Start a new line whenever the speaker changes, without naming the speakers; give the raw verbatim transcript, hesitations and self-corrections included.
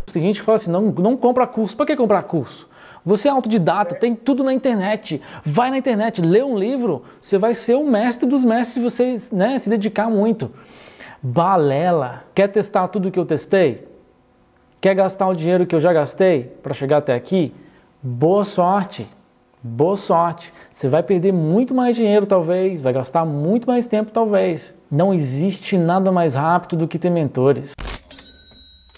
Tem gente que fala assim, não, não compra curso. Para que comprar curso? Você é autodidata, tem tudo na internet. Vai na internet, lê um livro, você vai ser o mestre dos mestres se você, né, se dedicar muito. Balela. Quer testar tudo que eu testei? Quer gastar o dinheiro que eu já gastei para chegar até aqui? Boa sorte. Boa sorte. Você vai perder muito mais dinheiro talvez, vai gastar muito mais tempo talvez. Não existe nada mais rápido do que ter mentores.